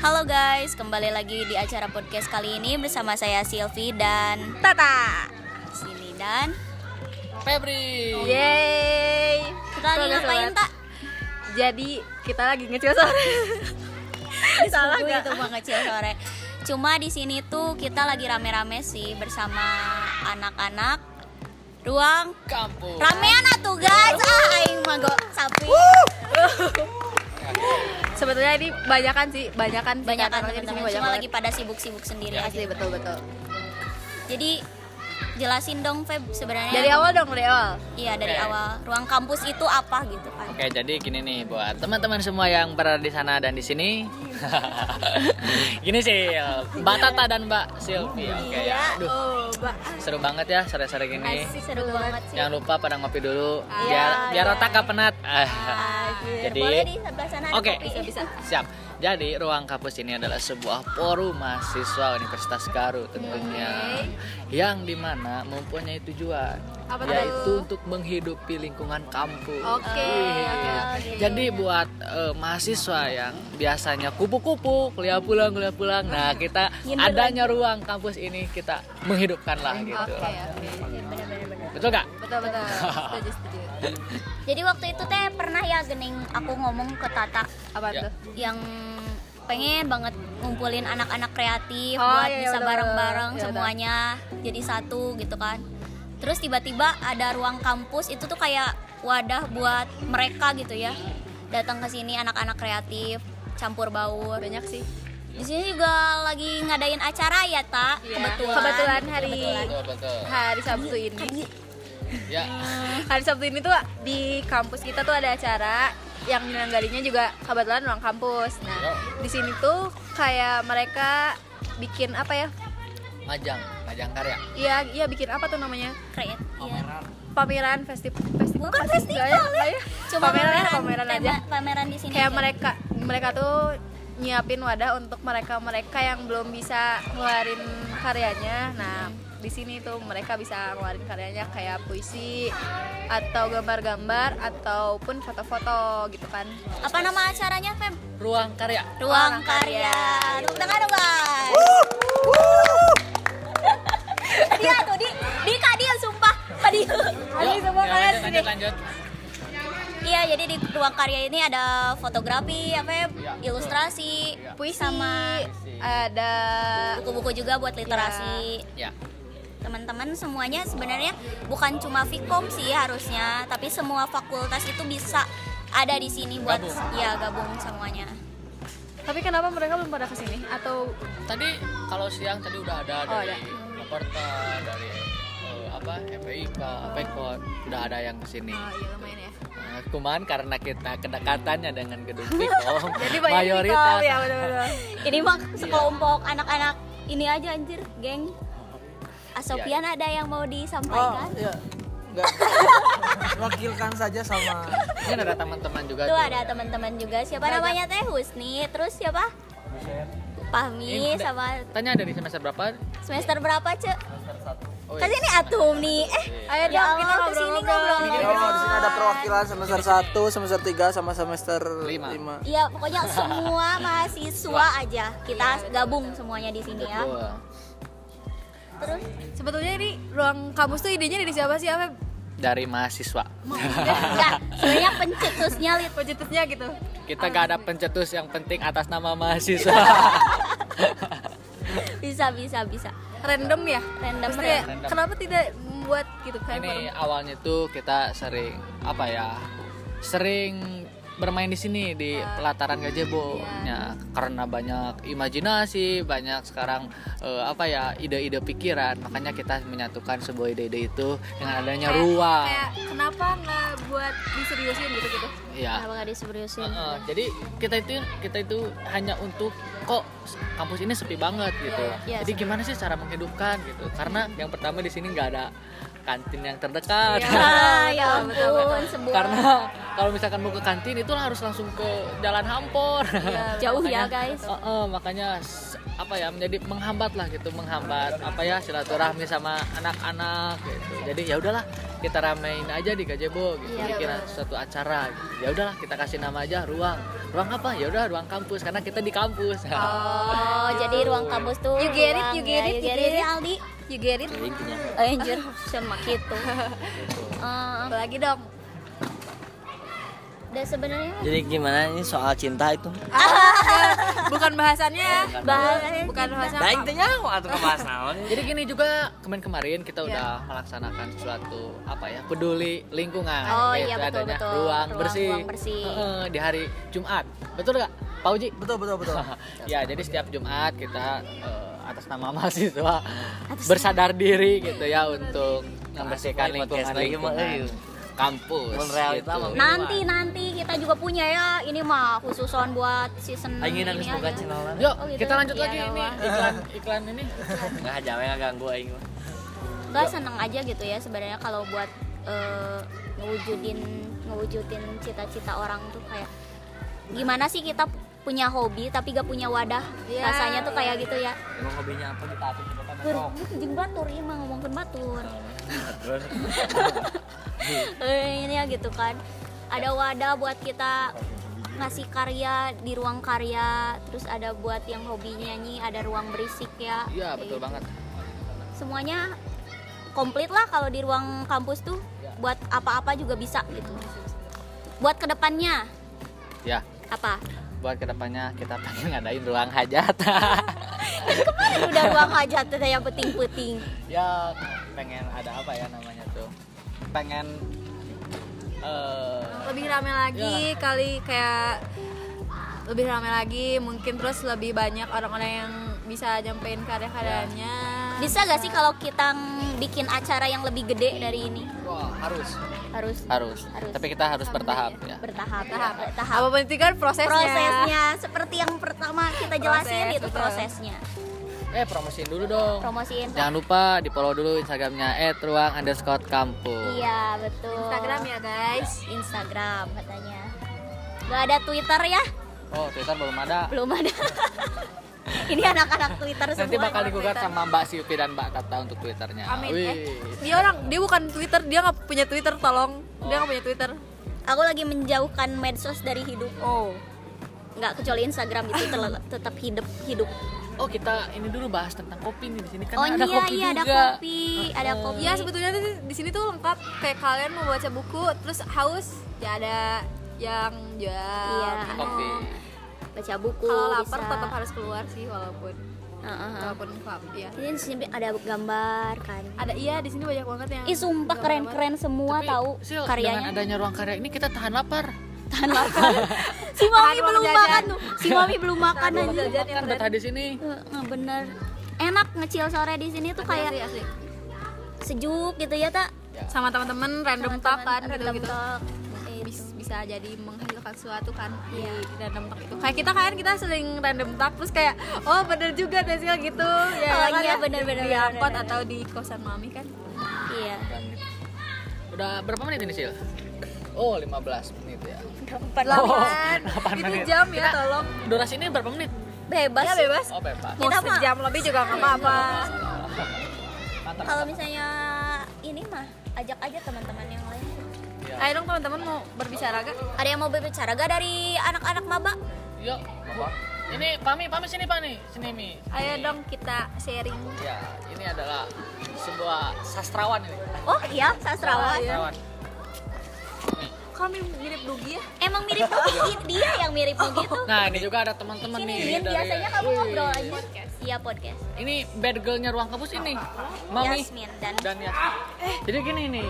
Halo guys, kembali lagi di acara podcast kali ini bersama saya Silvi dan Tata sini dan Febri. Yeay. kita lagi ngapain tak? Jadi kita lagi ngecil sore. Salah Sepupu gak? itu mau kecil sore. Cuma di sini tuh kita lagi rame-rame sih bersama anak-anak ruang Kampus. ramean atuh guys. Aing mago sapi. Sebetulnya ini banyakan Banyakan di sini teman-teman, banyak cuma banget. lagi pada sibuk-sibuk sendiri aja. Asli betul. Jadi jelasin dong Feb sebenarnya. Dari awal dong, dari awal. Iya, dari Oke. awal. Ruang kampus itu apa gitu kan. Oke, jadi gini nih buat teman-teman semua yang berada di sana dan di sini. Gini sih, Mbak Tata dan Mbak Silvi. Oke ya. Aduh, Oh, Mbak. seru banget ya sore-sore gini. Asik, seru banget sih. Jangan lupa pada ngopi dulu Iya, biar iya. otak gak penat. Jadi Boleh di sebelah sana ada oke, kopi. bisa. Siap. Jadi ruang kampus ini adalah sebuah forum mahasiswa Universitas Garut tentunya, yang dimana mempunyai tujuan, Apa tuh? yaitu untuk menghidupi lingkungan kampus. Oke. Wih. Jadi buat mahasiswa yang biasanya kupu-kupu kuliah pulang, nah kita Nyindir adanya ruang kampus ini kita menghidupkan lah gitu. Oke. Bener-bener. Betul gak? Betul. Setuju. Jadi waktu itu teh pernah ya gening aku ngomong ke Tata Apa Ya. tuh? yang pengen banget ngumpulin anak-anak kreatif Oh, buat iya, bisa betul. bareng-bareng Iya, semuanya jadi satu gitu kan. Terus tiba-tiba ada ruang kampus itu tuh kayak wadah buat mereka gitu ya. Datang ke sini anak-anak kreatif, campur baur. Banyak sih. Di sini juga lagi ngadain acara ya, Tak? Iya. Kebetulan Betul, betul. Hari Sabtu ini. Ya. Hari Sabtu ini tuh di kampus kita tuh ada acara yang nyelenggarinya juga kebetulan ruang kampus. Nah, Yo. di sini tuh kayak mereka bikin apa ya? Majang karya. Iya bikin apa tuh namanya? Kreatif. Iya. Pameran festival. Bukan apa sih? festival Nggak ya? Cuma pameran aja. Pameran di sini. Kayak aja. mereka tuh nyiapin wadah untuk mereka yang belum bisa ngeluarin karyanya. Nah, di sini tuh mereka bisa ngeluarin karyanya kayak puisi atau gambar-gambar ataupun foto-foto gitu kan. Apa nama acaranya, Feb? Ruang karya. Ruang Ruang Karya. Karya. Tepuk tangan dong, guys. Dia tuh di Kadia sumpah. Kadia. Ini semua kalian sini. Lanjut. Iya, jadi di Ruang Karya ini ada fotografi, apa ya, ilustrasi, Puisi sama ada buku-buku juga buat literasi. Ya. Teman-teman semuanya sebenarnya bukan cuma Vkom sih harusnya, tapi semua fakultas itu bisa ada di sini buat gabung semuanya. tapi kenapa mereka belum pada kesini atau Tadi kalau siang tadi udah ada Oh, dari ada. Jakarta, dari FPIK, Pekon, udah ada yang kesini. iya lumayan ya. Cuman karena kita kedekatannya dengan gedung Vkom, Jadi banyak mayoritas Vkom, ya betul. Ini mah sekelompok anak-anak ini aja anjir, geng. Asopian ada yang mau disampaikan? Iya. Enggak. Wakilkan saja sama ini ada teman-teman juga Tuh tuh. ada teman-teman juga. Siapa namanya Teh Husni? Terus siapa? Fahmi Ini sama Tanya dari semester berapa? semester berapa, Cek? Oh, Kan ini atum nih. Ayo Ya dong kita Allah, kesini ngobrol. Oh, di sini ada perwakilan semester 1, semester 3 sama semester 5. Iya, pokoknya semua mahasiswa aja kita gabung semuanya di sini ya. Betul. Terus Sebetulnya ini ruang kampus tuh idenya dari siapa sih, Afeb? Dari mahasiswa. enggak, sebenarnya pencetusnya Pencetusnya gitu. Kita gak ada pencetus, yang penting atas nama mahasiswa. bisa. Random ya? Random, Maksudnya, random. kenapa tidak membuat gitu kan? Ini awalnya tuh kita sering sering bermain di sini di pelataran gazebo ya, karena banyak imajinasi, banyak sekarang ide-ide pikiran, makanya kita menyatukan sebuah ide-ide itu dengan adanya ruang. Kayak kenapa nggak buat diseriusin gitu? Ya. Kenapa nggak diseriusin? Jadi kita itu hanya untuk kok kampus ini sepi banget gitu. Iya, Jadi gimana sih cara menghidupkan gitu? Karena yang pertama di sini nggak ada kantin yang terdekat. Ya ampun, sebuah Karena kalau misalkan mau ke kantin itu harus langsung ke Jalan Hampor. Jauh Makanya, ya, guys. Makanya apa ya, menjadi menghambat lah gitu, menghambat apa ya silaturahmi sama anak-anak gitu. Jadi ya udahlah kita ramein aja di gazebo gitu, bikin suatu acara gitu. Ya udahlah kita kasih nama aja ruang apa, ya udah ruang kampus karena kita di kampus. Oh, jadi ruang kampus tuh You get it, ruang- you get ya, it, you you get get it, it. Aldi. You get it? Anjir, sama gitu. Apalagi dong. Dan sebenarnya Jadi gimana ini soal cinta itu? Bukan bahasannya. Bukan bahasan. Nah, intinya atau kebahas naon? Jadi gini juga kemarin kita udah melaksanakan suatu apa ya, peduli lingkungan. Oh, yaitu iya, betul, adanya betul. ruang bersih, Ruang bersih. Di hari Jumat. Betul nggak, Pak Uji? Betul. Ya, jadi setiap Jumat kita atas nama mahasiswa bersadar diri gitu ya untuk membersihkan lingkungan kampus. Realita gitu. mah. nanti kita juga punya ya. Ini mah khususon buat season Aing ini nangis buka aja. channel. Yuk, Oh, gitu. kita lanjut Iya, lagi ya ini Allah. iklan ini. Enggak jawe enggak ganggu aing. Gak seneng aja gitu ya sebenarnya kalau buat ngewujudin cita-cita orang tuh kayak gimana sih kita punya hobi tapi gak punya wadah. Rasanya tuh kayak gitu ya. Emang hobinya apa kita atur kita Jeung batur ieu mah ngomongkeun batur. terus. Ini ya gitu kan. Ada wadah buat kita ngasih karya di ruang karya, terus ada buat yang hobi nyanyi, ada ruang berisik ya. Iya, Kayak betul gitu. banget. Semuanya komplit lah kalau di ruang kampus tuh. Buat apa-apa juga bisa gitu. Buat kedepannya Ya, apa? buat kedepannya kita pengen ngadain ruang hajat. Kemarin udah ruang hajat tuh yang penting-penting. Ya, pengen ada apa ya namanya tuh, pengen Lebih rame lagi kali kayak lebih rame lagi mungkin, terus lebih banyak orang-orang yang bisa nyampein karya-karyanya. Bisa gak sih kalau kita bikin acara yang lebih gede dari ini? wah harus. Harus. Tapi kita harus bertahap ya. Bertahap. Apa penting kan prosesnya. Seperti yang pertama kita jelasin Proses, itu betul. prosesnya. Promosiin dulu dong. Promosiin. Jangan lupa di follow dulu Instagramnya @ruang_kampus. Iya betul. Instagram ya guys. Instagram katanya. Gak ada Twitter ya? Oh, Twitter belum ada. Belum ada. Ini anak-anak Twitter semua. Nanti bakal digugat Twitter. sama Mbak Siupi dan Mbak Tata untuk Twitternya. Amin. Wih. Dia bukan Twitter, dia nggak punya Twitter, tolong. Dia nggak punya Twitter. Aku lagi menjauhkan medsos dari hidup. Oh. Nggak kecuali Instagram itu tetap hidup. Oh, kita ini dulu bahas tentang kopi nih di sini kan Oh ada kopi iya ada juga. kopi, ada kopi. Ya sebetulnya tuh di sini tuh lengkap, kayak kalian mau baca buku terus haus ya ada yang jual. Iya. Kopi. Baca buku. Kalau lapar bisa. tetap harus keluar sih walaupun klub ya. Ini di sini ada gambar kan. Ada di sini banyak banget yang. Ih sumpah keren-keren semua Tapi, tahu Sil, dengan karyanya. adanya ruang karya ini kita tahan lapar. Tahan lapar. Si Mami Tahan belum jajan. makan tuh. Si Mami belum makan Tahan aja. jajan. Kan betah di sini. Bener. Enak ngecil sore di sini tuh kayak asli. sejuk gitu ya tak. Sama teman-teman random talk kan gitu-gitu. Bisa jadi menghasilkan sesuatu kan di random talk itu. Kayak kita sering random talk terus kayak oh bener juga Tesil gitu ya. Oh, kan iya, ya? bener, Di angkot atau di kosan Mami kan. Iya. Udah berapa menit ini, Sil? Oh, 15 menit ya. 8 8 itu menit. jam ya Kita- tolong. Durasi ini berapa menit? Bebas. Ya sih. bebas. Oh, bebas. Mau Kita mah- sejam lebih juga nggak apa-apa. Mantap. Kalau misalnya ini mah ajak aja teman-teman yang lain. Ayo dong teman-teman mau berbicara gak? Ada yang mau berbicara gak dari anak-anak maba? Yuk. Ini Pami sini Pani. Sini Mi. Ayo dong kita sharing. Ya, ini adalah sebuah sastrawan ini. Oh iya, sastrawan. Sastrawan. Kami mirip Dugi ya. Emang mirip Nugi, dia yang mirip Nugi tuh. Nah, ini juga ada teman-teman Sini, nih. Min, dari- biasanya kamu Wih. ngobrol aja. Iya, podcast. Ini bad girl-nya ruang kampus ini. Mami Yasmin dan ya. Jadi gini nih.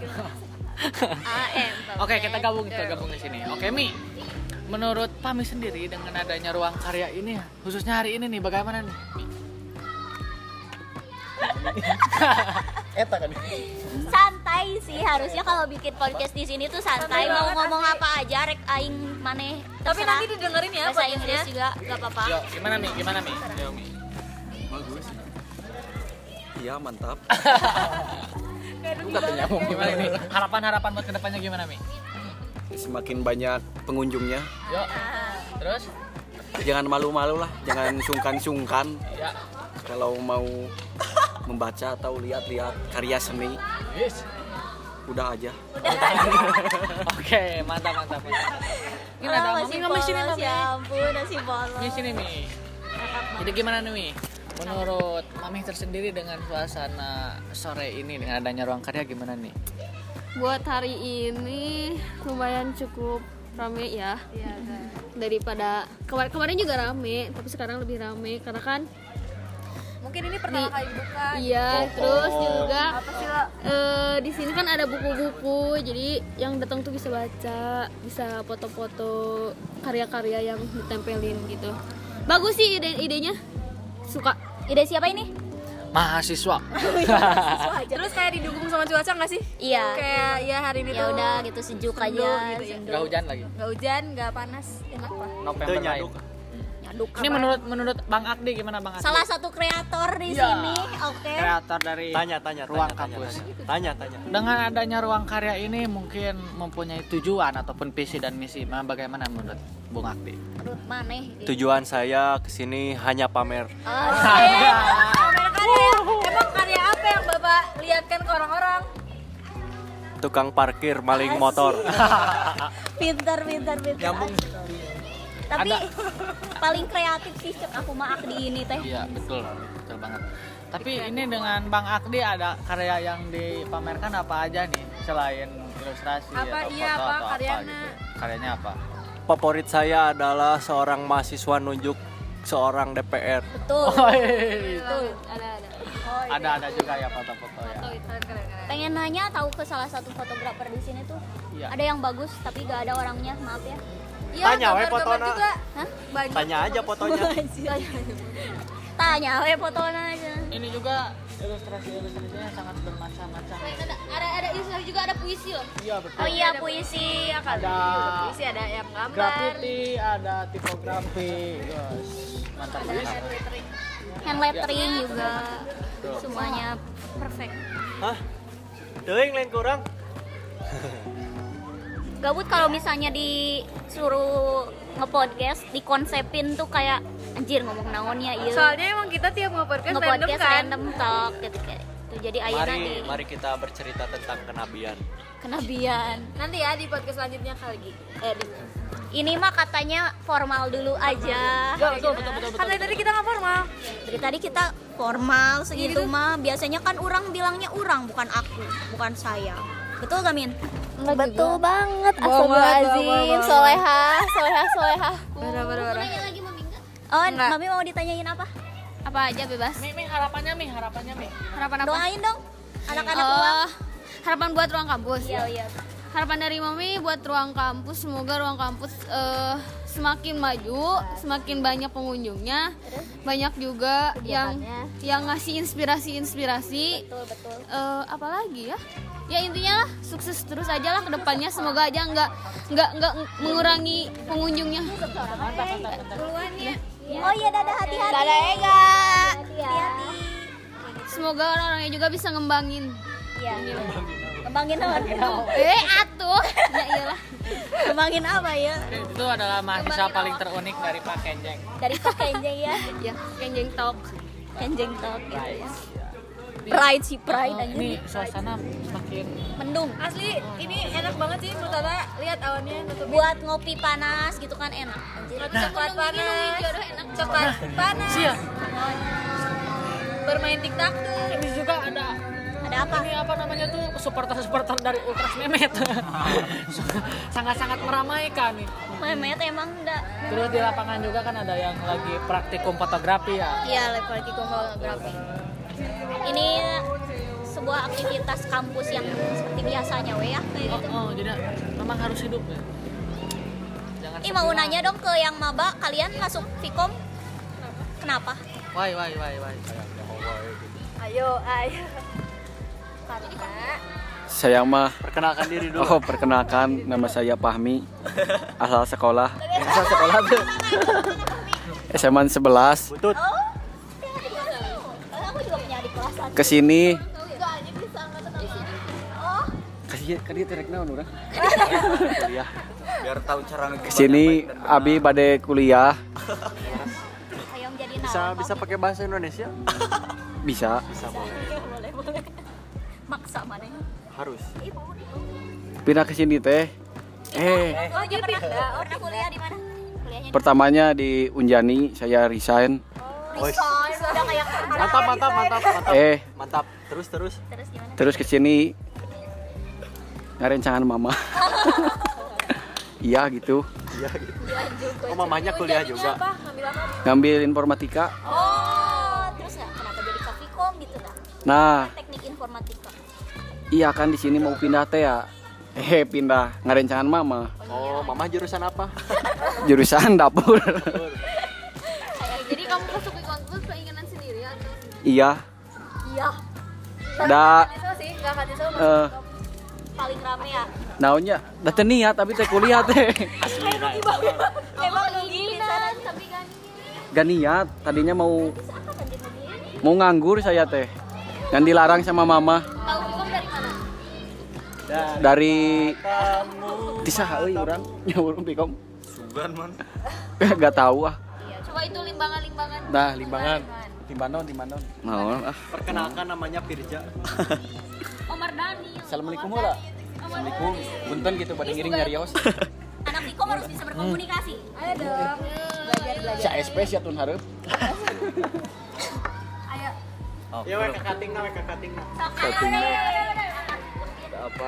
AM. Oke, kita gabung di sini. Oke, Mi. Menurut Pami sendiri dengan adanya ruang karya ini, khususnya hari ini nih, bagaimana nih? Eta kan. Santai sih harusnya kalau bikin podcast di sini tuh santai. Mau ngomong apa aja rek aing maneh. Tapi terserah. nanti didengerin ya Bahasa Inggris podcastnya. juga gak apa-apa. Yo, gimana Mi? Yo, Mi. Iya, mantap. Gimana ini? Harapan-harapan buat kedepannya gimana, Mi? semakin banyak pengunjungnya. Yuk. Terus? Jangan malu-malu lah, jangan sungkan-sungkan Ya. kalau mau membaca atau lihat-lihat karya seni. Yes. Udah aja. Oke, mantap. Ini ada masih Mami sini, polos Mami. ya ampun, masih polos. Di sini nih. Jadi gimana nih, Mi? Menurut Mami tersendiri dengan suasana sore ini dengan adanya ruang karya gimana nih? Buat hari ini lumayan cukup rame ya. Daripada kemarin juga rame, tapi sekarang lebih rame karena kan Mungkin ini pertama kali dibuka. iya, terus juga Apa sih lo? di sini kan ada buku-buku, jadi yang datang tuh bisa baca, bisa foto-foto karya-karya yang ditempelin gitu. Bagus sih idenya, suka. Ide siapa ini? Mahasiswa. Terus kayak didukung sama cuaca nggak sih? Iya. Kayak ya hari ini Ya tuh udah gitu sejuk sendu aja. gitu ya. sendu. Gak hujan lagi. nggak hujan, nggak panas, enak lah. November lain. Nyaduk. Ini menurut Bang Akdi gimana Bang Akdi? Salah satu kreator di Ya. sini, oke. Kreator dari ruang kampus. Tanya. Dengan adanya ruang karya ini mungkin mempunyai tujuan ataupun visi dan misi. Nah, bagaimana menurut Bung Akdi? Menurut maneh. Tujuan saya kesini hanya pamer. Pamer karya. Emang karya apa yang Bapak lihatkan ke orang-orang? Tukang parkir maling motor. Pintar. Nyambung. Tapi paling kreatif sih cek aku mah Akdi ini teh. Iya, betul banget. Tapi ini dengan Bang Akdi ada karya yang dipamerkan apa aja nih selain ilustrasi Apa, atau iya, foto apa atau karyanya? apa gitu. Karyanya apa? Favorit saya adalah seorang mahasiswa nunjuk seorang DPR. Betul. Betul, ada. Ada juga ya foto-foto ya. Pengen nanya tahu ke salah satu fotografer di sini tuh. Iya. Ada yang bagus tapi gak ada orangnya, maaf ya. Iya, Tanya we gambar-gambar fotona. juga. Hah? Banyak. Tanya aja fotonya. Tanya we fotonya aja. Ini juga ilustrasinya sangat bermacam-macam. Ada ilustrasi juga, ada puisi loh. Iya, betul. Oh iya, puisi. Ada Puisi, ada yang gambar. graffiti, ada tipografi. Guys, mantap banget. Hand lettering juga. Semuanya perfect. Hah? Teuing lain kurang. Gabut kalau misalnya disuruh ngepodcast, dikonsepin tuh kayak anjir ngomong naonnya iya. Soalnya emang kita tiap nge-podcast random ngepodcast kan. random talk gitu kayak. Tuh, jadi ayeuna di Mari kita bercerita tentang kenabian. kenabian. Nanti ya di podcast selanjutnya kali Ini mah katanya formal dulu aja. Betul. Kan dari tadi kita nggak formal. Dari tadi kita formal segitu mah. Biasanya kan orang bilangnya orang, bukan aku, bukan saya. Betul gak, Min? Betul banget, astagfirullahaladzim, solehah. Bener. Oh, Mami mau ditanyain apa? Apa aja bebas. Mi, harapannya Mi. Harapan apa? Doain dong anak-anak ruang. Harapan buat ruang kampus. Iya. Harapan dari Mami buat ruang kampus, semoga ruang kampus semakin maju, semakin banyak pengunjungnya, banyak juga yang ngasih inspirasi. Betul. Apalagi ya? Ya intinya lah, sukses terus aja lah ke depannya, semoga aja nggak mengurangi pengunjungnya. Duluan ya. Oh iya, dadah, hati-hati. Dadah, Ega. Hati-hati. Semoga orang-orangnya juga bisa ngembangin. Iya. Kembangin apa? Atuh. Ya iyalah. Kembangin apa ya? Itu adalah mahasiswa paling terunik dari Pak Kenjeng. Dari Pak Kenjeng ya. Ya, Kenjeng Talk. Kenjeng talk gitu ya. Pride sih, pride aja. Ini suasana semakin Mendung. Asli ini enak banget sih menurut Tata. Lihat awannya nutup. Buat ngopi panas gitu kan enak. Anjir. Coklat panas. Coklat panas. Sia. Bermain TikTok tuh. Ini juga ada Ada apa? ini apa namanya tuh supporter dari Ultras Memet. Sangat-sangat meramaikan nih. Memet emang enggak. Terus di lapangan juga kan ada yang lagi praktikum fotografi ya. Iya, lagi fotografi. Ini sebuah aktivitas kampus yang seperti biasanya we ya kayak gitu. Oh, jadi memang harus hidup ya. Jangan Ih, mau sepi. nanya dong ke yang maba, kalian masuk Vkom kenapa? Why. Ayo. Karena Saya mah Perkenalkan diri dulu. perkenalkan, nama saya Fahmi. Asal sekolah tuh SMA 11. Butut. Aku juga punya adik kelas satu. Kesini Kan dia terek naon urang. Kuliah. Biar tahu cara Kesini Abi bade kuliah. Hayang jadi Bisa pakai bahasa Indonesia? Bisa. boleh. Maksa mana? Harus. Pindah ke sini teh. Oh, dia pernah kuliah di mana? Kuliahnya di Pertamanya di Unjani, saya resign. Resign, udah kayak Mantap. Mantap. Terus. Terus gimana? Terus ke sini ngarencangan mama. Iya gitu. Oh, mamanya kuliah juga. Ngambil informatika. Oh, terus kenapa jadi ke Vkom gitu dah? Nah, Teknik informatika. iya kan di sini mau pindah teh ya. Pindah ngarencangan mama. Oh, mama jurusan apa? Jurusan dapur. Jadi kamu masuk ke kampus keinginan sendiri atau? Iya. Iya, Da sih nggak akan disuruh paling rame ya. naonnya da teu niat tapi teh kuliah teh. Emang keinginan, tapi kan Gak niat, tadinya mau nganggur saya teh. Dan dilarang sama mama. Tahu Vkom dari mana? Dari Tisah euy urang nyuruh Vkom. Sugan man. Gak tahu ah. Coba itu limbangan-limbangan. Nah, limbangan. Timbanon. Naon ah. Perkenalkan namanya Firja. Omar Dhani. Assalamualaikum heula. Assalamualaikum. Punten gitu pada ngiring nyarios. anak Vkom harus bisa berkomunikasi. ayo dong belajar Si ASP sia tun hareup. ayo Ya we kakatingna. Apa?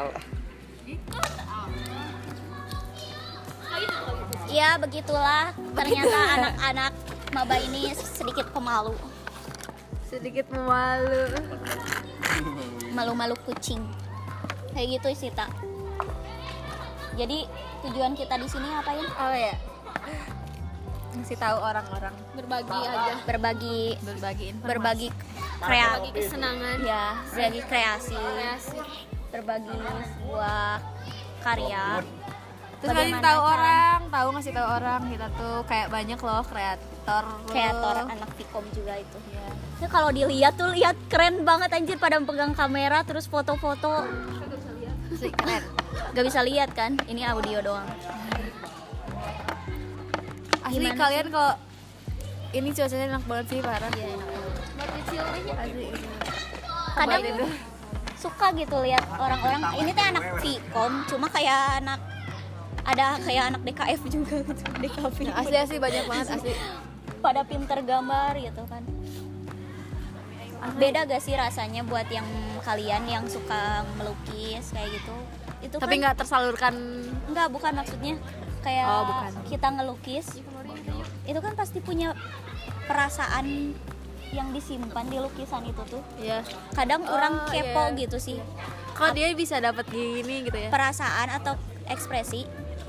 Iya, begitulah ternyata anak-anak maba ini sedikit pemalu. sedikit memalu Malu-malu kucing. Kayak gitu sih, Tak. Jadi tujuan kita di sini apa ya? oh ya ngasih tahu orang-orang Berbagi aja. Berbagi berbagi kreasi, Kesenangan. ya, berbagi kreasi, Kreasi. berbagi sebuah karya. terus ngasih Bagaimana tahu cara- ngasih tahu orang kita tuh kayak banyak loh kreator anak Vkom juga itu. Ya kalau dilihat tuh lihat keren banget anjir pada pegang kamera terus foto-foto. keren Gak bisa lihat kan? Ini audio doang. asli Gimana kalian kalau ini cuacanya enak banget sih parah Iya, enak banget. asli Kadang itu. suka gitu lihat orang-orang ini teh anak Vkom cuma kayak anak anak DKF juga gitu. DKV. asli banyak banget asli Pada pinter gambar gitu kan. Beda gak sih rasanya buat yang kalian yang suka melukis kayak gitu? Itu tapi kan nggak tersalurkan enggak, bukan maksudnya kayak Oh, bukan. kita ngelukis itu kan pasti punya perasaan yang disimpan di lukisan itu tuh. ya Kadang orang iya. kepo gitu sih, kalau dia bisa dapat gini gitu ya perasaan atau ekspresi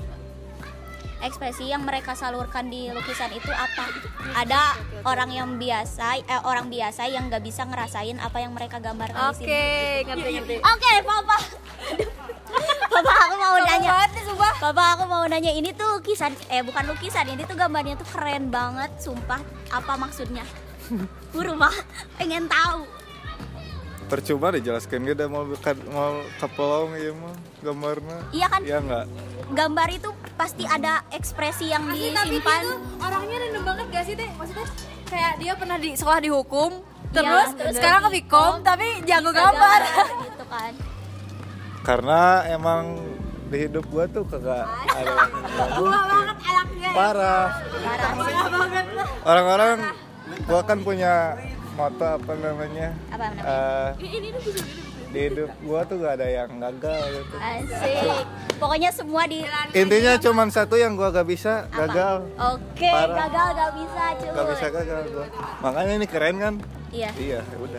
yang mereka salurkan di lukisan itu apa. Ada orang biasa yang nggak bisa ngerasain apa yang mereka gambarkan di sini. oke ngerti Oke, Papa. Papa aku mau nanya ini tuh lukisan bukan lukisan, ini tuh gambarnya tuh keren banget, sumpah. Apa maksudnya? Buru mah pengen tahu. Percuma dijelaskan gitu mau kapelong ya mah gambarnya. Iya kan? Iya enggak? Gambar itu pasti ada ekspresi yang tapi dia disimpan. tuh orangnya random banget gak sih teh maksudnya kayak dia pernah di sekolah dihukum Iya, terus sekarang ke Vkom tapi jago gambar gitu kan. Karena emang di hidup gua tuh kagak ada banget anaknya parah. Orang-orang gua kan punya moto apa namanya? Apa namanya? Di hidup gua tuh gak ada yang gagal gitu. Asik. Pokoknya semua di Intinya cuman satu yang gua gak bisa, gagal. Oke, Parah. gagal gak bisa cuy. Gak bisa gagal gua. Makanya ini keren kan? Iya. Iya, udah.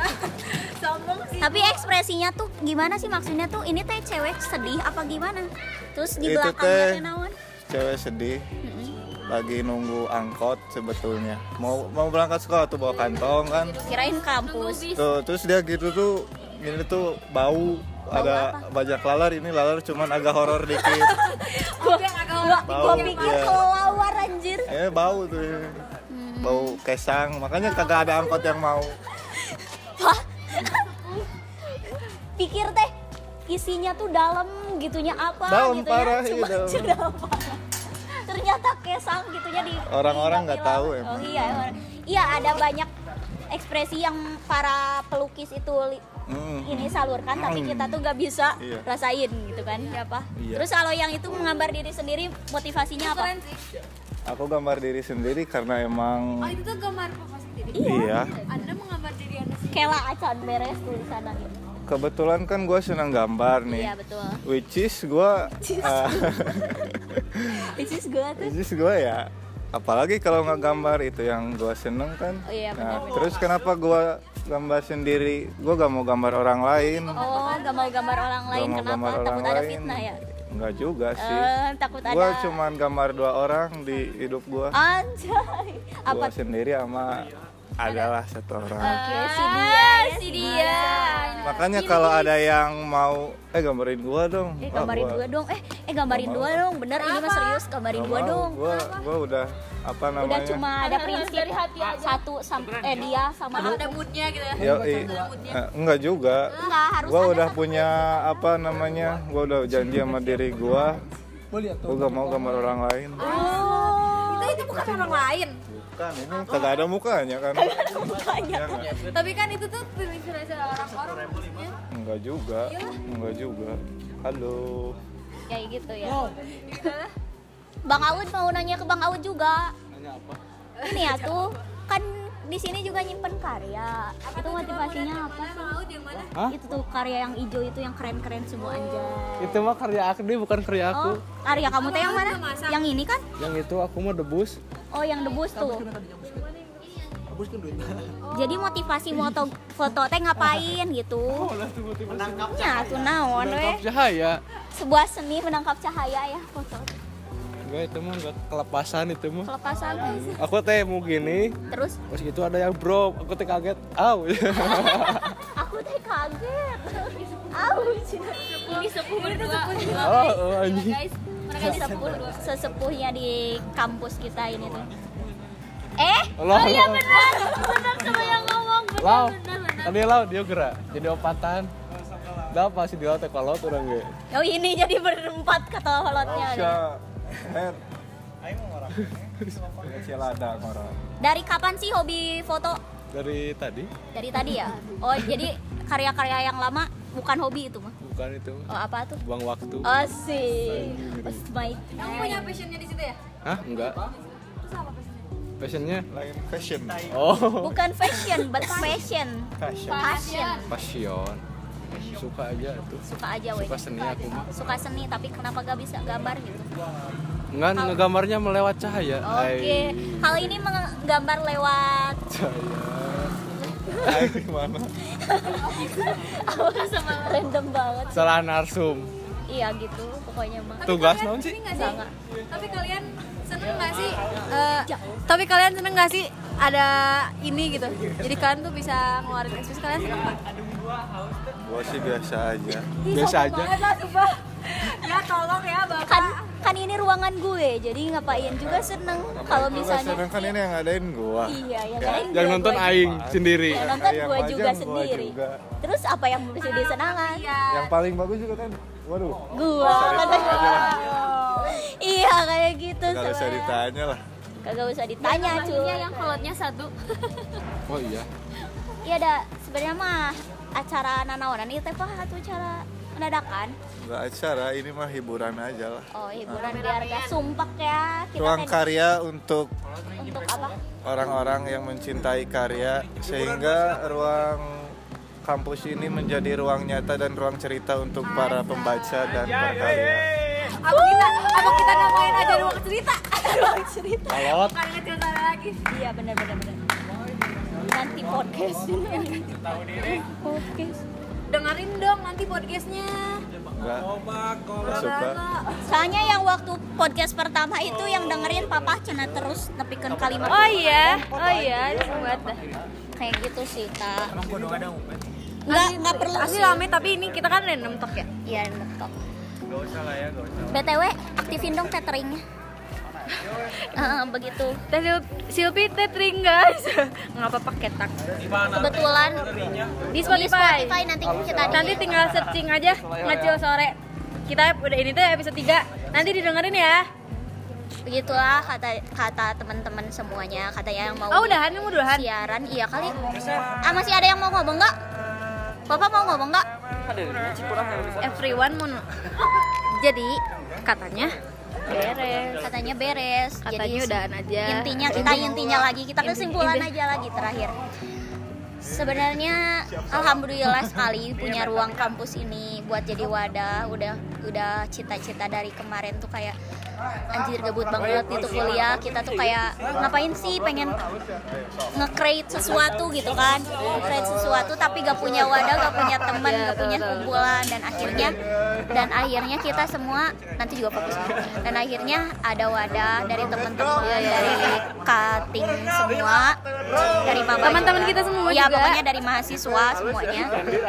Tapi ekspresinya tuh gimana sih, maksudnya tuh ini teh cewek sedih apa gimana? Terus di Itu belakangnya teh teh naon? cewek sedih. Lagi nunggu angkot sebetulnya. Mau berangkat sekolah tuh bawa kantong kan. Kirain kampus. Tuh, terus dia gitu tuh ini tuh bau ada banyak lalar, ini lalar cuman agak horor dikit. Gua Bau, pikir iya. kelawar anjir. Bau tuh. Bau kesang, makanya kagak ada angkot yang mau. Pikir teh isinya tuh dalam gitunya apa Dalam gitu parah, ya. iya, dalam. Dalam parah. Ternyata kesang gitunya di Orang-orang nggak film. tahu Oh emang. iya ada banyak ekspresi yang para pelukis itu ini salurkan tapi kita tuh nggak bisa Iya. rasain gitu kan apa. Iya. Terus kalau yang itu menggambar diri sendiri motivasinya apa? Aku gambar diri sendiri karena emang itu tuh gambar papa sendiri. iya. Anda menggambar diri Anda sendiri. Kela acan beres tulisannya gitu. Kebetulan kan gue senang gambar nih. Iya betul. Which is gue Which is ya. Apalagi kalau nggak gambar itu yang gue seneng kan. Oh iya, Nah, benar. terus kenapa gue gambar sendiri? Gue gak mau gambar orang lain. Oh, gak mau gambar orang lain. Gak mau Kenapa? gambar Takut orang ada lain. fitnah ya? Enggak juga sih. Takut ada. Gue cuman gambar 2 orang di hidup gue. Anjay. Gue Apa? sendiri sama adalah 1 orang. Oke, si dia, si dia. Makanya kalau ada yang mau gambarin gue dong. Gambarin gua dong. Gambarin gua dong. Bener ini mah serius, gambarin gua dong. Gue udah apa namanya? Udah cuma ada prinsip satu dia sama Ada moodnya gitu ya. Enggak juga. Enggak, harus Gue ada udah satu punya apa namanya? Gue udah janji sama diri gue. Gue gak mau gambar orang lain. Itu bukan orang lain. Bukan, ini kagak ada mukanya kan? mukanya. Tapi kan itu tuh terinspirasi orang-orang maksudnya. Enggak juga. Halo. Kayak gitu ya. Bang Aud mau nanya ke Bang Aud juga. Nanya apa? Ini ya tuh kan di sini juga nyimpen karya. Itu motivasinya apa sih? Hah? Itu tuh karya yang hijau itu yang keren-keren semua anjay. Itu mah karya aku, dia bukan karya aku. Oh, karya kamu teh yang mana? Yang ini kan? Yang itu aku mah debus. Oh, yang debus tuh. Jadi motivasi foto teh ngapain gitu? Ya, tuh naon we. Menangkap cahaya. Sebuah seni menangkap cahaya ya foto. Enggak, itu mah enggak kelepasan itu mah. Kelepasan. Aku teh mau gini, Terus pas gitu ada yang bro, aku teh kaget. Au. aku teh kaget. Ouch. Ini sepuh berdua. Oh, anjing. Guys, mereka sesepuhnya di kampus kita ini tuh. Allah. Oh iya benar sama yang ngomong Lau. benar. Tadi lau dia gerak jadi opatan. Dah pasti di laut kalau laut orang ge. Oh ini jadi berempat kata holotnya. Dari kapan sih hobi foto? Dari tadi? Dari tadi ya. Oh jadi karya-karya yang lama bukan hobi itu mah? Bukan itu. Oh apa tuh? Buang waktu. Asik. Baik. Kamu punya passionnya di situ ya? Hah? Enggak. Terus apa passionnya? Passionnya? Lain fashion. Oh. Bukan fashion, but passion. Fashion. Passion. Suka aja tuh. Suka aja weh. Suka seni aku mah. Suka seni tapi kenapa gak bisa gambar gitu? Enggak, ngegambarnya melewat cahaya. Oke. Hal ini menggambar lewat Cahaya. Gimana? sama random banget. Salah narsum. Iya gitu pokoknya mah. Tugas naon sih? Sangat. Tapi kalian seneng nggak sih? Tapi kalian seneng nggak sih ada ini gitu? Jadi kalian tuh bisa ngeluarin ekspresi kalian seneng nggak? Gue sih biasa aja. Biasa aja. Ya tolong ya bapak. Kan ini ruangan gue, jadi ngapain juga seneng kalau misalnya. Seneng kan ini yang ngadain gue. Iya, yang lain Yang gue nonton juga. aing sendiri. Yang nonton Yang gue pajang juga gua sendiri. juga. Terus apa yang mesti disenangan? Yang paling bagus juga kan. Waduh. Gua katanya. Iya kayak gitu. Kalau usah ditanya lah. Kagak usah ditanya cuy. yang kolotnya satu. Oh iya. Iya ada sebenarnya mah acara nanaonan itu teh atau acara dadakan. Gak acara, ini mah hiburan aja lah. Oh hiburan biar gak sumpek ya. Kita Ruang teh karya untuk apa? orang-orang yang mencintai karya, sehingga ruang kampus ini menjadi ruang nyata dan ruang cerita untuk para pembaca dan berkarya. Apa kita namain aja ruang cerita? Ruang cerita. Kalot. Bukan cerita lagi. Iya benar. Nanti podcast. Podcast. Dengerin dong nanti podcastnya. Enggak suka. Soalnya yang waktu podcast pertama itu yang dengerin papa cina terus nepikeun kalimat. Oh iya, buat dah. Kayak gitu sih tak. Nggak perlu Asli sih. rame tapi ini kita kan random talk ya. Iya ngetok. BTW aktifin dong cateringnya. Begitu. Teh Silpi tethering guys. Ngapa pakai tak? Kebetulan Di Spotify. nanti Tinggal searching aja Ngacil Sore. Kita udah ini tuh episode 3. Nanti didengerin ya. Begitulah kata teman-teman semuanya, katanya yang mau udahan siaran. Iya kali. Masih ada yang mau ngomong nggak? Bapak mau ngomong nggak? Everyone mau. Jadi katanya beres. Jadi udahan aja. Intinya lagi, kita kesimpulan aja lagi terakhir. Sebenarnya alhamdulillah sekali punya ruang kampus ini buat jadi wadah. Udah cita-cita dari kemarin tuh kayak anjir gabut banget itu kuliah. Kita tuh kayak ngapain sih, pengen nge-create sesuatu gitu kan, tapi gak punya wadah, gak punya teman, gak punya kumpulan. Dan akhirnya kita semua nanti juga fokus. Dan akhirnya ada wadah dari teman-teman, dari cutting semua, dari maba teman-teman juga. Kita semua ya, juga. Pokoknya dari mahasiswa semuanya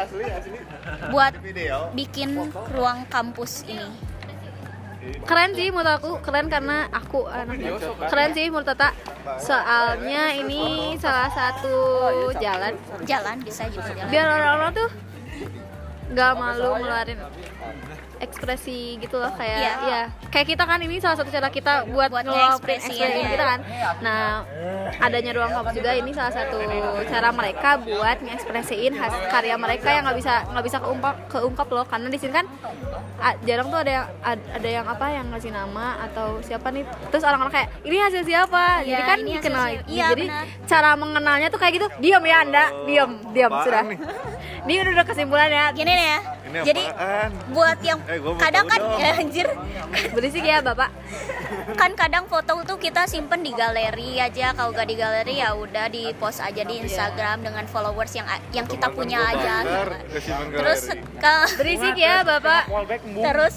buat bikin ruang kampus ini. Keren sih menurut aku, keren karena aku anaknya. Keren sih menurut Tata. Soalnya ini salah satu jalan bisa juga jalan. biar orang-orang tuh nggak malu ngeluarin ekspresi gitu loh, kayak kayak kita kan, ini salah satu cara kita buat ngeluarin ekspresi kita kan. Nah, adanya ruang kampus juga ini salah satu cara mereka buat ngekspresiin karya mereka yang nggak bisa keungkap loh, karena di sini kan jarang tuh ada yang ngasih nama atau siapa nih, terus orang-orang kayak ini hasil siapa, jadi kan dikenal. Jadi benar. Cara mengenalnya tuh kayak gitu, diam ya Anda, diam sudah. Ini udah kesimpulannya. Gini nih ya. Jadi buat yang kadang kan anjir berisik ya Bapak. Kan kadang foto tuh kita simpen di galeri aja. Kalau gak di galeri ya udah di post aja di Instagram dengan followers yang kita punya aja. Terus berisik ya Bapak. Terus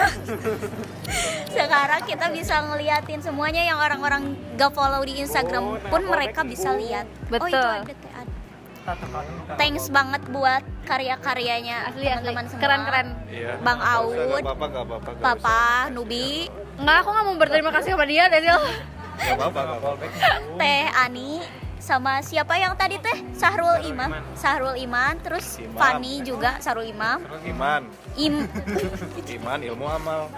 sekarang kita bisa ngeliatin semuanya yang orang-orang gak follow di Instagram pun mereka bisa lihat. Betul. Oh itu ada. Thanks banget buat karya-karyanya teman-teman semua. Keren. Iya. Bang Aud, Papa, Nubi. Enggak, aku nggak mau berterima kasih sama dia, Desil. Gak apa-apa. Teh Ani, sama siapa yang tadi Teh? Sahrul Iman, terus Fani juga, Sahrul Imam. Iman ilmu amal.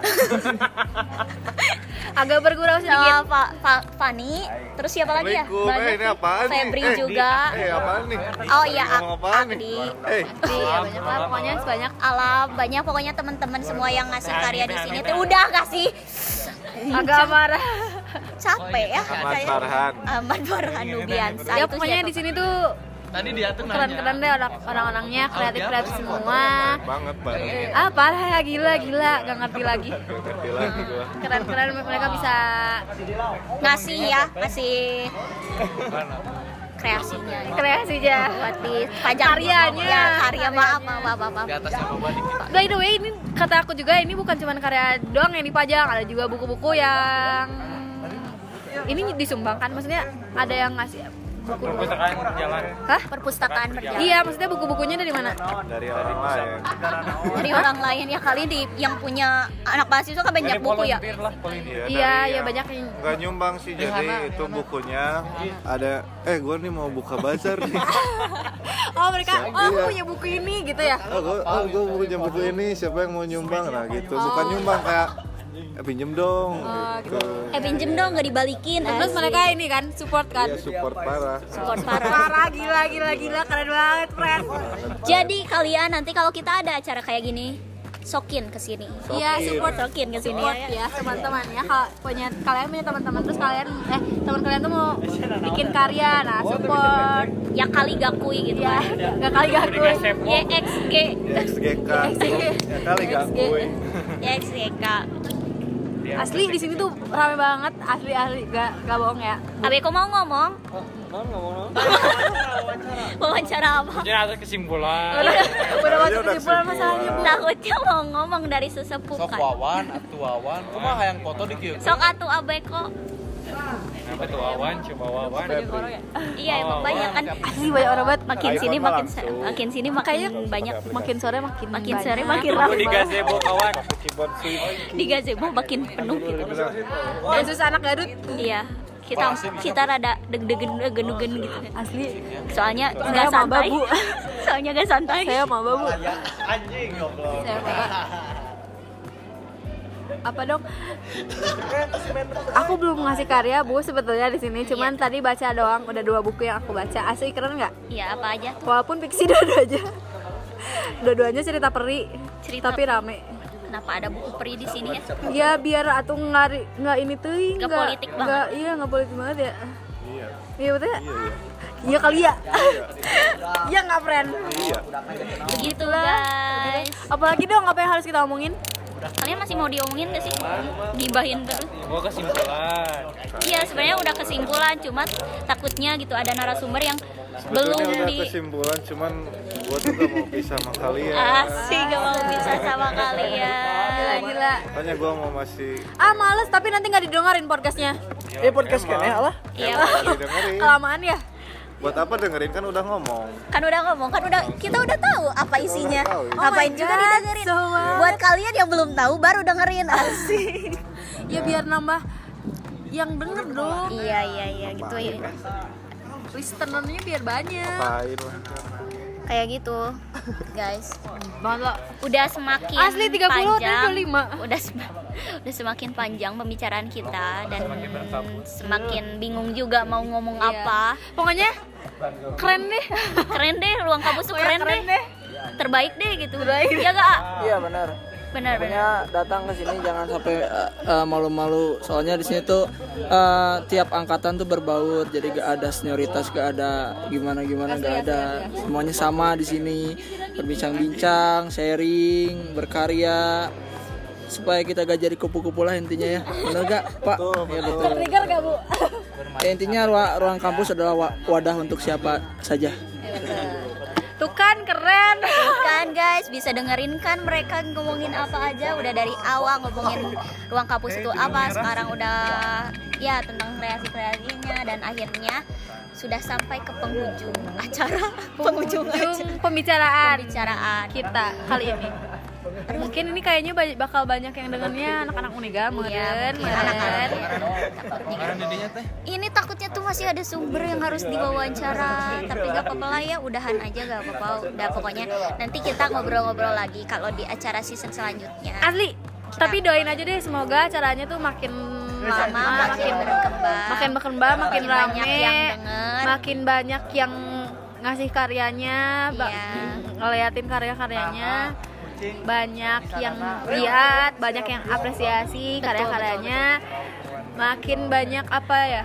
Agak bergurau sedikit. Fani, terus siapa lagi ya? Ini apaan nih? Febri juga. Apaan nih? Oh iya, Akdi. Iya, banyak lah, pokoknya sebanyak. Banyak pokoknya teman-teman semua yang ngasih karya di sini tuh udah kasih. Agak marah. Capek ya. Ahmad Farhan Nubiansa. Ya pokoknya di sini tuh keren-keren deh orang-orangnya, kreatif semua. Banget. Parah ya, gila, gak ngerti lagi. Keren mereka bisa ngasih kreasinya buat dipajang karyanya. Karya maaf. By the way, ini kata aku juga, ini bukan cuma karya doang yang dipajang, ada juga buku-buku yang ini disumbangkan, maksudnya ada yang ngasih perpustakaan berjalan. Hah? Perpustakaan berjalan. Iya, maksudnya buku-bukunya dari mana? Dari orang lain. Dari orang lain ya kali yang punya anak mahasiswa kan banyak buku ya. Iya, banyak yang nggak nyumbang sih, jadi itu bukunya ada. Gue nih mau buka bazar nih. aku punya buku ini gitu ya. Gue punya buku ini, siapa yang mau nyumbang? Nah gitu, bukan nyumbang kayak pinjem dong. Gitu. Pinjem dong, nggak dibalikin. Terus mereka ini kan support kan? Iya, support parah. Parah, gila, keren banget, keren. Jadi kalian nanti kalau kita ada acara kayak gini, sokin kesini. Iya, sokin kesini ya teman-teman ya. Kalau kalian punya teman-teman, terus teman kalian tuh mau bikin karya, nah support. Ya kali gakui gitu ya. kan. Gak kali gakui. YXG. Ya kali gakui. YXGK. Asli di sini tuh rame banget, asli gak bohong ya. Abeko mau ngomong? Wawancara apa? Ada kesimpulan. Udah masuk kesimpulan masalahnya, Bu. Takutnya mau ngomong dari sesepuh Sok kan. wawan, atuh wawan. Kumaha yang foto di kieu? Sok atuh Abeko. Apa tuh Wawan, coba Wawan. Iya emang banyak kan. Asli banyak orang banget. Makin sini makin banyak. Makin sore makin Sore makin Aku ramai. di gazebo kawan. Di gazebo makin penuh gitu. khusus anak Garut. Iya. Kita rada deg-degan gitu. Asli. Soalnya Saya nggak mau santai. babu. Soalnya nggak santai. Saya mau babu. Anjing goblok. Apa dong? Aku belum ngasih karya Bu sebetulnya di sini, cuman tadi baca doang, udah 2 buku yang aku baca. Asli keren nggak? Iya apa aja? Walaupun fiksi dua-duanya cerita peri, tapi rame. Kenapa ada buku peri di sini ya? Ya biar atuh nggak ini tuh Nggak politik banget. Nggak politik banget ya. Iya betul ya? Iya kali ya. Iya nggak friend. Iya. Begitu guys. Apalagi dong apa yang harus kita omongin? Kalian masih mau diomongin gak sih? Gibahin terus. Gua kesimpulan. Iya sebenarnya udah kesimpulan, cuma takutnya gitu ada narasumber yang belum Sebetulnya udah di kesimpulan, cuman gue tuh gak mau pisah sama kalian. asik gak mau bisa sama kalian. Gila. Makanya gue mau masih Males tapi nanti nggak didengerin podcastnya. Podcast kan ya Allah. Iya. dengerin. Kelamaan ya. Buat apa dengerin, kan udah ngomong. Kan kita udah tahu apa isinya. Tahu. Ngapain juga didengerin. Buat kalian yang belum tahu baru dengerin asik. Ya biar nambah yang denger dong. Iya gitu ya. Listenernya biar banyak. Apain lah. Kayak gitu. Guys, Banget. udah semakin Asli 30 panjang. tadi 25. Udah semakin panjang pembicaraan kita dan semakin bingung juga mau ngomong apa. Pokoknya keren deh. Keren deh, ruang kampus tuh keren deh. Terbaik deh gitu. Ya gak? Iya benar. Benar. Pokoknya datang ke sini jangan sampai malu-malu. Soalnya di sini tuh tiap angkatan tuh berbaur. Jadi gak ada senioritas, gak ada gimana gak ada. Semuanya sama di sini. Berbincang-bincang, sharing, berkarya supaya kita gak jadi kupu-kupu lah intinya ya. Benar gak, Pak? Ya betul. Trigger gak Bu? Ya, intinya ruang kampus adalah wadah untuk siapa saja. Tuh kan keren. Kan guys, bisa dengerin kan mereka ngomongin apa aja. Udah dari awal ngomongin ruang kampus itu apa, sekarang udah ya tentang kreasi-kreasinya, dan akhirnya sudah sampai ke penghujung acara. Penghujung Pembicaraan kita kali ini. Mungkin ini kayaknya bakal banyak yang dengernya anak-anak Uniga, meren. Ini takutnya tuh masih ada sumber yang harus diwawancara, tapi gak apa-apa lah ya, udahan aja gak apa-apa. Udah pokoknya nanti kita ngobrol-ngobrol lagi kalau di acara season selanjutnya. Asli. Tapi doain aja deh, semoga acaranya tuh makin lama, makin berkembang, makin rame, banyak yang denger, makin banyak yang ngasih karyanya, ngeliatin karya-karyanya, banyak yang lihat, banyak yang apresiasi karya-karyanya, makin banyak apa ya?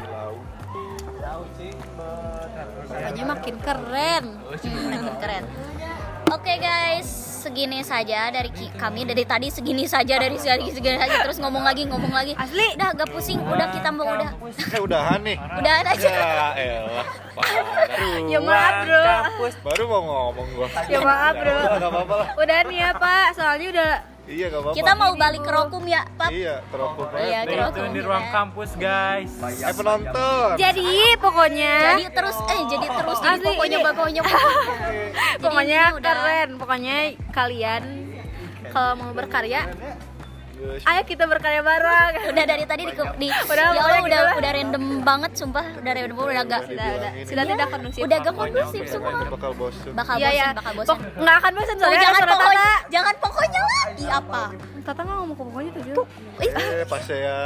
Pokoknya makin keren. Makin keren. Oke guys, segini saja dari kami dari tadi, segini saja terus ngomong lagi. Asli, udah agak pusing, udah kita mau udah. Udahan nih. Udahan aja. Ya elah. Ya maaf bro. Baru mau ngomong gua. Ya maaf bro. Enggak apa-apa lah. Udah nih ya Pak, soalnya udah. Iya enggak apa-apa. Kita mau balik ke Rokum ya, Pak. Iya, teropong banget. Iya, ke Stay Rokum. tune di ruang kampus guys. Penonton. Jadi pokoknya. Jadi terus. Jadi Asli, pokoknya. Pokoknya Jadi udah. keren. Pokoknya kalian kalau mau berkarya, ayo kita berkarya bareng. Udah dari tadi Udah, ya Allah, gitu lah. udah random banget sumpah, udah random, udah agak Sudah tidak kondusif. udah gak kondusif semua. Bakal bosen. Bakal Iya, bosan. Nggak akan bosan Oh, soalnya jangan suara pokoknya, Tata. jangan pokoknya lagi apa? Tata nggak ngomong pokoknya tuh. Pas saya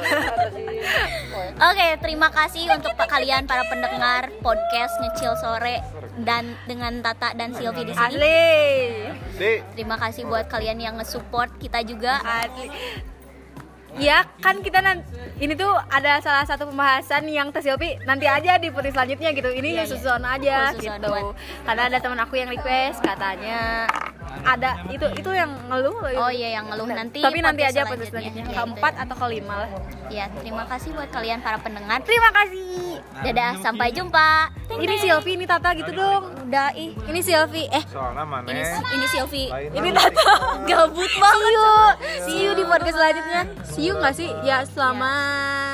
Oke, terima kasih untuk kalian para pendengar podcast Ngecil Sore dan dengan Tata dan Silvi di sini. Asli. Terima kasih buat kalian yang nge-support kita juga. Asli. Ya kan kita ini tuh ada salah satu pembahasan yang Silvi nanti aja di putih selanjutnya gitu. Ini susun aja Khusus gitu. buat- Karena ada teman aku yang request katanya ada itu yang ngeluh loh. Oh iya, yang ngeluh nanti. Tapi nanti podcast aja putih selanjutnya. Keempat atau kelima lah. Ya, terima kasih buat kalian para pendengar. Terima kasih. Dadah, sampai jumpa. Ini Silvi, ini Tata gitu dong. Udah ih. Ini Silvi. soalnya mana? Ini Silvi. Ini Tata. Gabut banget. See you di podcast selanjutnya. See you nggak sih? Ya selamat